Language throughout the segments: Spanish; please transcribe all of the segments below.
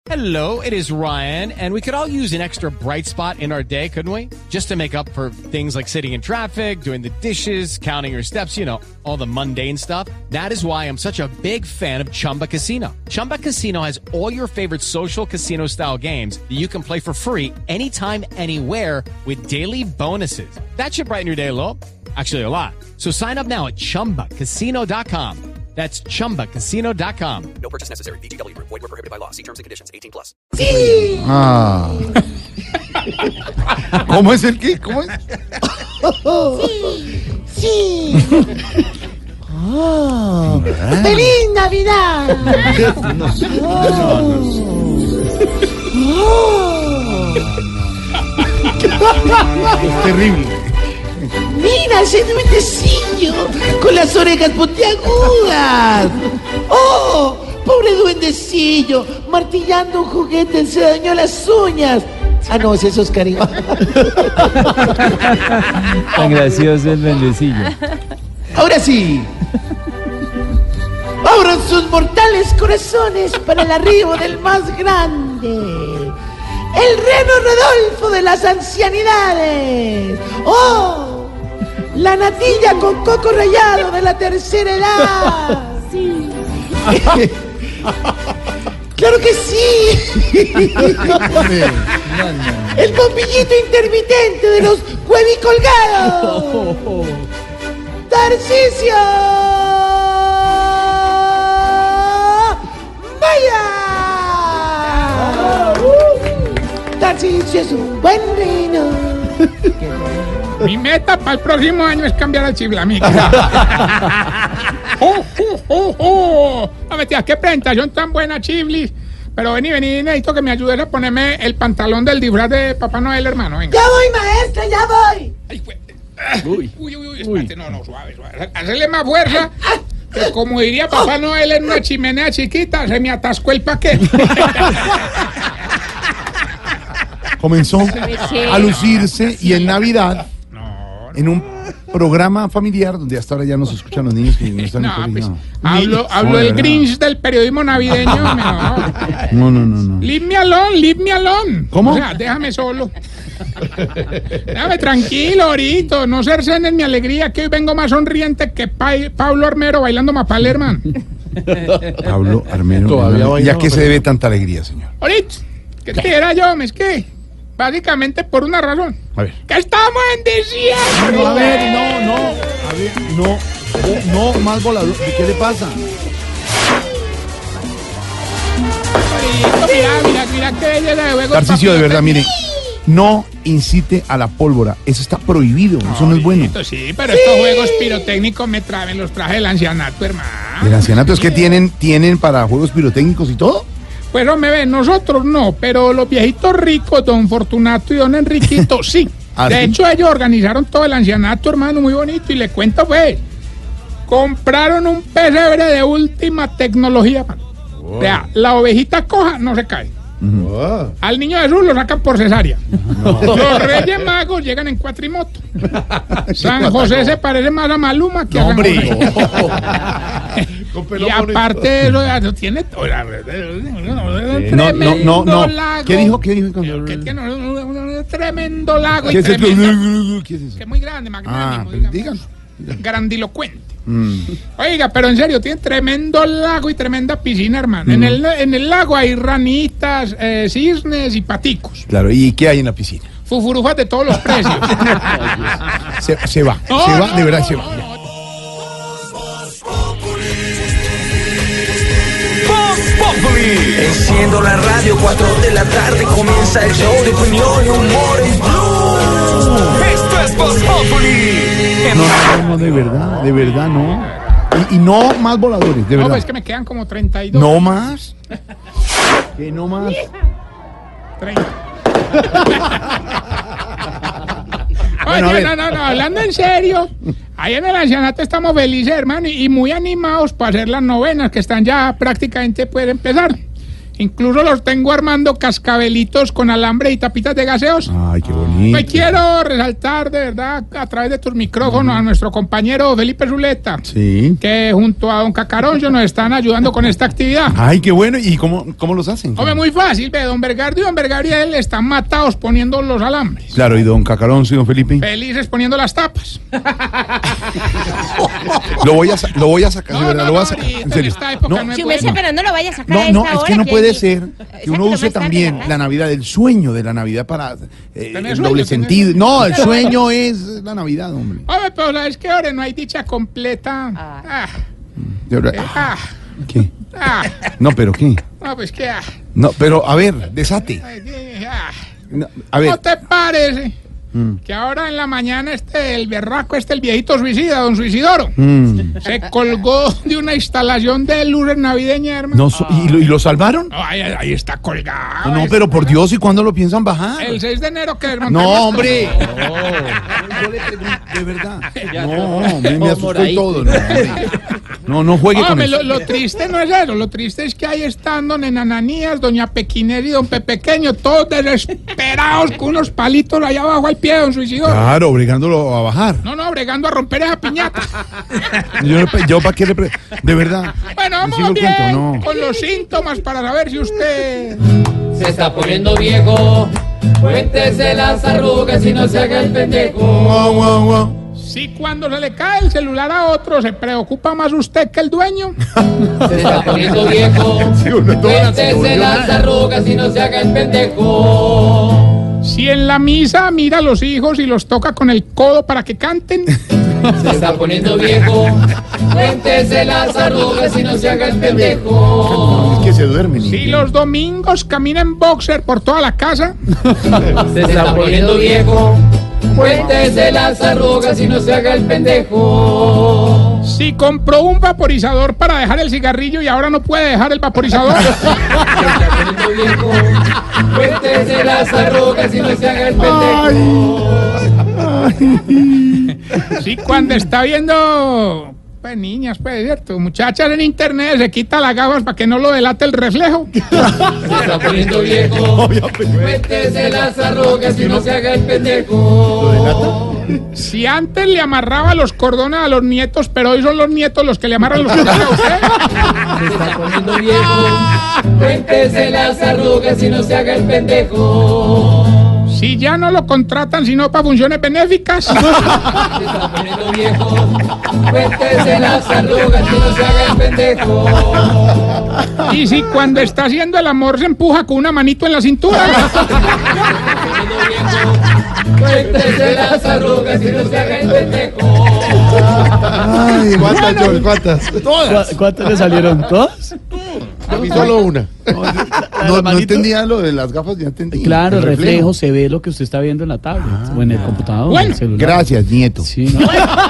Hello, it is Ryan, and we could all use an extra bright spot in our day, couldn't we? Just to make up for things like sitting in traffic, doing the dishes, counting your steps, you know, all the mundane stuff. That is why I'm such a big fan of Chumba Casino. Chumba Casino has all your favorite social casino-style games that you can play for free anytime, anywhere with daily bonuses. That should brighten your day a little. Actually, a lot. So sign up now at ChumbaCasino.com. That's ChumbaCasino.com. No purchase necessary. VGW Group. Void where prohibited by law. See terms and conditions. 18+. ¡Sí! Ah. ¿Cómo es el qué? ¿Cómo es? ¡Sí! ¡Oh! ¡Feliz Navidad! Es terrible. ¡Mira ese duendecillo con las orejas puntiagudas! ¡Oh! ¡Pobre duendecillo! Martillando un juguete se dañó las uñas. Ah, no, ese es Oscarito. Tan gracioso el duendecillo. Ahora sí. Abran sus mortales corazones para el arribo del más grande. El reno Rodolfo de las ancianidades. ¡Oh! La natilla con coco rallado de la tercera edad. Sí. ¡Claro que sí! El bombillito intermitente de los huevicolgados. ¡Tarcisio! ¡Vaya! Tarcisio es un buen reno. Mi meta para el próximo año es cambiar al chiflamico. No me tía, qué presentación tan buena, Chiflis. Pero vení, necesito que me ayudes a ponerme el pantalón del disfraz de Papá Noel, hermano. Venga. ¡Ya voy, maestra, ya voy! Ay, espérate, no, suave. Hacerle más fuerza. Que como diría Papá Noel en una chimenea chiquita, se me atascó el paquete. Comenzó a lucirse y en Navidad, en un programa familiar donde hasta ahora ya nos escuchan los niños que no están en el colegio. Hablo el Grinch del periodismo navideño. No. Leave me alone. ¿Cómo? O sea, déjame solo. Déjame tranquilo, ahorita. No cercenen mi alegría, que hoy vengo más sonriente que Pablo Armero bailando Mapalé, hermano. Pablo Armero. ¿Y a qué se debe tanta alegría, señor? Ahorita, ¿qué te era yo? Es que básicamente por una razón. A ver. ¡Que estamos en diciembre! No, a ver, no, más volador. ¿Qué le pasa? Mira qué belleza de juego. Tarcisio, de verdad, mire, no incite a la pólvora. Eso está prohibido, eso no es bueno. Sí, pero estos juegos pirotécnicos me traen los trajes del ancianato, hermano. ¿El ancianato es que tienen para juegos pirotécnicos y todo? Pues no me ven, nosotros no, pero los viejitos ricos, don Fortunato y don Enriquito, sí. De hecho, ellos organizaron todo el ancianato, hermano, muy bonito. Y le cuento, pues, compraron un pesebre de última tecnología, man. Wow. O sea, la ovejita coja no se cae. Wow. Al niño Jesús lo sacan por cesárea. No. Los Reyes Magos llegan en cuatrimoto. San José se parece más a Maluma que a San José. Y aparte de eso, tiene tremendo lago. ¿Qué dijo? Que tiene un tremendo lago. ¿Qué es eso? Que es muy grande, magnánimo, digamos. Grandilocuente. Oiga, pero en serio, tiene tremendo lago y tremenda piscina, hermano. En el lago hay ranitas, cisnes y paticos. Claro, ¿y qué hay en la piscina? Fufurufas de todos los precios. Se va, de verdad se va. Enciendo la radio, 4 de la tarde comienza el show de opinión y humor en Blue. Esto es Voz Populi. No, de verdad, no. Y no más voladores, de verdad. No, es que me quedan como 32. ¿No más? ¿Qué no más? 30. Oye, no, hablando en serio, ahí en el ancianato estamos felices, hermano, y muy animados para hacer las novenas que están ya prácticamente por empezar. Incluso los tengo armando cascabelitos con alambre y tapitas de gaseos. Ay, qué bonito. Me quiero resaltar de verdad a través de tus micrófonos a nuestro compañero Felipe Zuleta, Sí. que junto a don Cacaroncio nos están ayudando con esta actividad. Ay, qué bueno. ¿Y cómo los hacen? Hombre, muy fácil, ve, don Bergardo y don Bergariel están matados poniendo los alambres. Claro, y don Cacaroncio y don Felipe. Felices poniendo las tapas. Lo voy a sacar, de verdad, lo voy a sacar. ahorita En serio. en esta época No, no Si puede- hubiese pero no lo vaya a sacar a No, esta es hora, que no puede ser que Exacto, uno lo use más tarde, también ¿verdad? la Navidad, el sueño de la Navidad para ¿Tenés el sueño? doble ¿Tenés sentido. sueño? No, el sueño es la Navidad, hombre. Hombre, pero ¿sabes qué, ahora no hay dicha completa? De verdad. ¿Qué? No, pero ¿qué? No, pues que... No, pero a ver, desate. No, a ver. ¿No te parece que ahora en la mañana el berraco el viejito suicida, don Suicidoro, se colgó de una instalación de luces navideñas, hermano? No, ¿y lo salvaron? No, ahí está colgado. No, pero por Dios, ¿y cuándo lo piensan bajar? El 6 de enero que desmontamos No, todo. hombre. Yo le pregunto, de verdad. No, me asustó y todo. No juegue con Hombre, eso. lo triste no es eso, lo triste es que ahí están don Enananías, doña Pequinés y don Pepequeño, todos desesperados con unos palitos allá abajo al pie de don Suicidoro. Claro, obligándolo a bajar. No, bregando a romper esa piñata. Yo para qué de verdad. Bueno, ¿Me vamos sigo el bien cuento? No. con los síntomas para saber si usted... Se está poniendo viejo, cuéntese las arrugas y no se haga el pendejo. Guau, guau, guau. Si cuando se le cae el celular a otro se preocupa más usted que el dueño. Se está poniendo viejo, cuéntese las arrugas y no se haga el pendejo. Si en la misa mira a los hijos y los toca con el codo para que canten. Se está poniendo viejo, cuéntese las arrugas y no se haga el pendejo. Es que se duermen. Si los domingos camina en boxer por toda la casa. Se está poniendo viejo, cuéntese las arrugas y no se haga el pendejo. Si compró un vaporizador para dejar el cigarrillo y ahora no puede dejar el vaporizador. Se está poniendo viejo, cuéntese las arrugas y no se haga el pendejo. Si cuando está viendo, pues niñas, pues cierto, muchachas en internet se quita las gafas para que no lo delate el reflejo. Se está poniendo viejo, cuéntese las arrugas y no se haga el pendejo. Si antes le amarraba los cordones a los nietos, pero hoy son los nietos los que le amarran los cordones a usted. Se está poniendo viejo, cuéntese las arrugas y no se haga el pendejo. Si ya no lo contratan sino para funciones benéficas. Se está poniendo viejo, cuéntese las arrugas y no se haga el pendejo. Y si cuando está haciendo el amor se empuja con una manito en la cintura. Cuéntese las arrugas y no se haga el pendejo. Ay, ¿cuántas, George? ¿Cuántas? Todas. ¿Cuántas le salieron? ¿Todas? A mí solo una. No entendía lo de las gafas, ya entendí. Claro, el reflejo se ve lo que usted está viendo en la tablet o en el computador, Bueno, en el celular. Gracias, nieto. Sí, ¿no?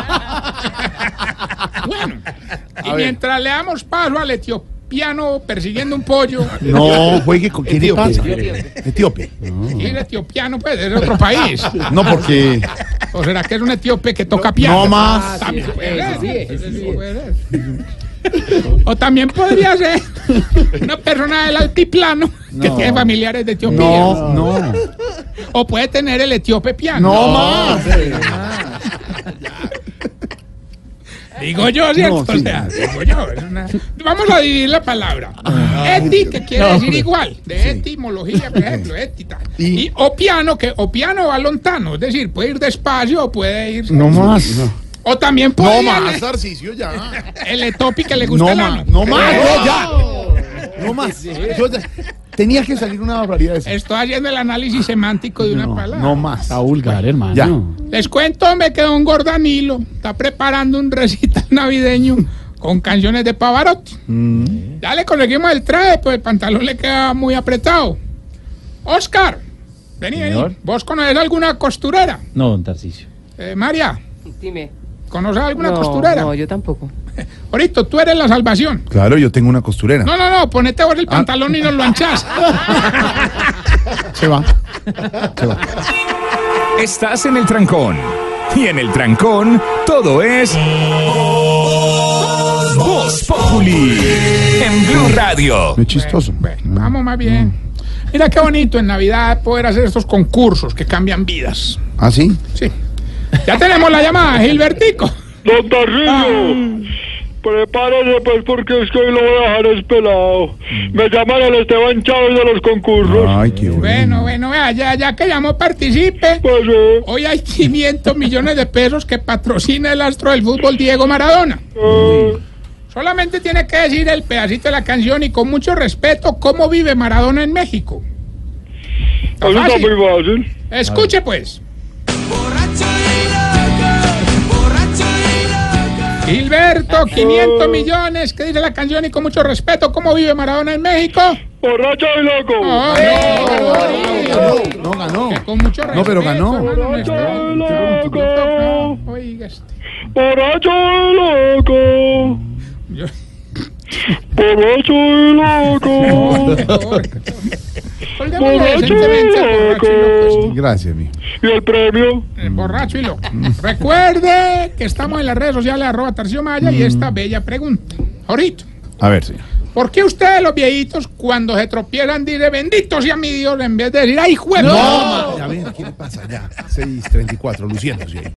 Bueno, y mientras le damos paso al etiopiano persiguiendo un pollo. No, juegue con... ¿Qué le pasa? Etíope. Y el etiopiano, pues, es de otro país. No, porque... ¿O será que es un etíope que toca piano? No más. También puede ser. Puede ser. O también podría ser una persona del altiplano que tiene familiares de Etiopía. No. O puede tener el etíope piano. No más. Digo yo, ¿cierto? No, sí. O sea, digo yo. Vamos a dividir la palabra. Eti, que quiere decir igual, de etimología, por ejemplo, etita. Y opiano, que opiano va lontano, es decir, puede ir despacio o puede ir... No más. O también No puede más, Tarcisio, ya. el etopi que le gusta No el más. ano. No más, no, ya. No más. Tenía que salir una barbaridad de eso. Estoy haciendo el análisis semántico de una palabra. No más. Está vulgar, hermano. Ya. Les cuento, hombre, que don Gordanilo está preparando un recital navideño con canciones de Pavarotti. Ya le conseguimos el traje, pues el pantalón le queda muy apretado. Oscar, vení. Señor. ¿Vos conocés alguna costurera? No, don Tarcisio. María, Dime. ¿conoces alguna costurera? No, yo tampoco. Ahorita, tú eres la salvación. Claro, yo tengo una costurera. No, ponete vos el pantalón y nos lo anchás. Se va. Estás en el trancón. Y en el trancón, todo es... Voz Populi. Populi en Blue Radio. Muy chistoso. Vamos más bien. Mira qué bonito en Navidad poder hacer estos concursos que cambian vidas. ¿Ah, sí? Sí. Ya tenemos la llamada, Gilbertico. Don Tarrillo, prepárese pues porque es que hoy lo voy a dejar espelado. Me llaman el Esteban Chávez de los concursos. Ay, qué bueno. Bueno, vea, ya que llamó, participe. Pues Hoy hay 500 millones de pesos que patrocina el astro del fútbol Diego Maradona. Solamente tiene que decir el pedacito de la canción y con mucho respeto cómo vive Maradona en México. Eso está muy fácil. Escuche pues. Gilberto, 500 millones, ¿qué dice la canción y con mucho respeto cómo vive Maradona en México? Borracho y loco. No ganó. Que con mucho respeto. No, pero ganó. Borracho y loco. Oiga Borracho y loco. Borracho y loco. Borracho y loco. Gracias, mijo. ¿Y el premio? Borracho y loco. Recuerde que estamos en las redes sociales @TarcioMaya y esta bella pregunta. Ahorita. A ver, señor. ¿Por qué ustedes los viejitos cuando se tropiezan dicen bendito sea mi Dios en vez de decir ay juego? No, ya ven, ¿qué le pasa? Ya, 6:34, luciéndose ahí.